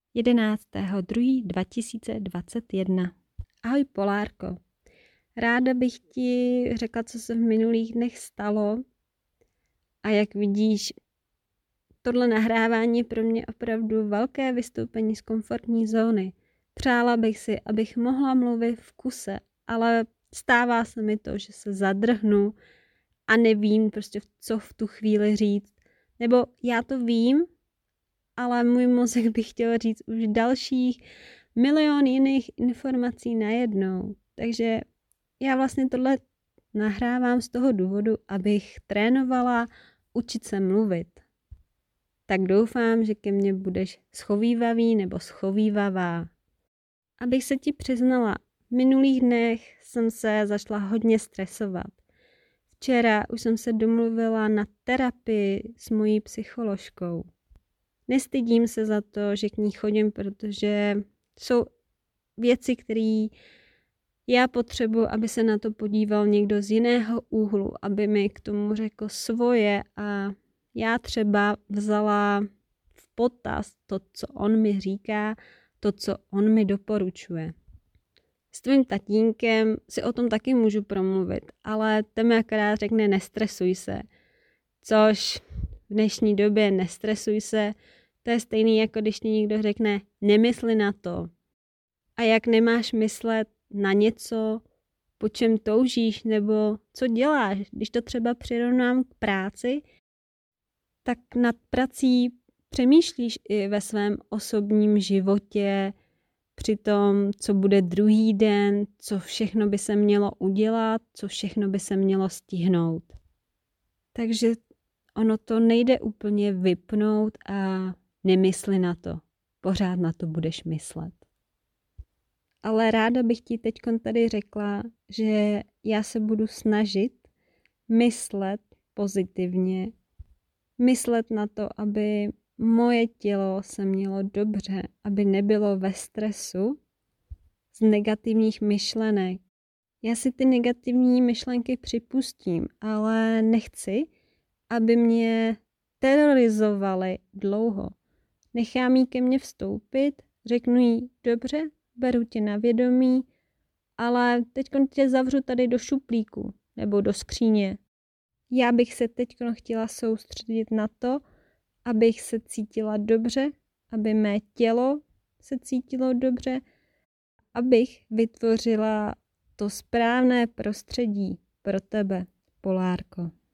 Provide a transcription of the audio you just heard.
11.2.2021. Ahoj Polárko. Ráda bych ti řekla, co se v minulých dnech stalo. A jak vidíš, tohle nahrávání je pro mě opravdu velké vystoupení z komfortní zóny. Přála bych si, abych mohla mluvit v kuse, ale stává se mi to, že se zadrhnu a nevím prostě, co v tu chvíli říct. Nebo já to vím, ale můj mozek by chtěl říct už dalších milion jiných informací najednou. Takže já vlastně tohle nahrávám z toho důvodu, abych trénovala učit se mluvit. Tak doufám, že ke mně budeš schovívavý nebo schovívavá. Abych se ti přiznala, v minulých dnech jsem se začala hodně stresovat. Včera už jsem se domluvila na terapii s mojí psycholožkou. Nestydím se za to, že k ní chodím, protože jsou věci, které já potřebuji, aby se na to podíval někdo z jiného úhlu, aby mi k tomu řekl svoje a já třeba vzala v potaz to, co on mi říká, to, co on mi doporučuje. S tvým tatínkem si o tom taky můžu promluvit, ale ten mi akorát řekne nestresuj se, což v dnešní době nestresuj se, to je stejný, jako když ti někdo řekne nemysli na to. A jak nemáš myslet na něco, po čem toužíš nebo co děláš, když to třeba přirovnám k práci, tak nad prací přemýšlíš i ve svém osobním životě, při tom, co bude druhý den, co všechno by se mělo udělat, co všechno by se mělo stihnout. Takže ono to nejde úplně vypnout a nemysli na to. Pořád na to budeš myslet. Ale ráda bych ti teď tady řekla, že já se budu snažit myslet pozitivně, myslet na to, aby moje tělo se mělo dobře, aby nebylo ve stresu z negativních myšlenek. Já si ty negativní myšlenky připustím, ale nechci, aby mě terorizovaly dlouho. Nechám jí ke mně vstoupit, řeknu jí, dobře, beru tě na vědomí, ale teď tě zavřu tady do šuplíku nebo do skříně. Já bych se teď chtěla soustředit na to, abych se cítila dobře, aby mé tělo se cítilo dobře, abych vytvořila to správné prostředí pro tebe, Polárko.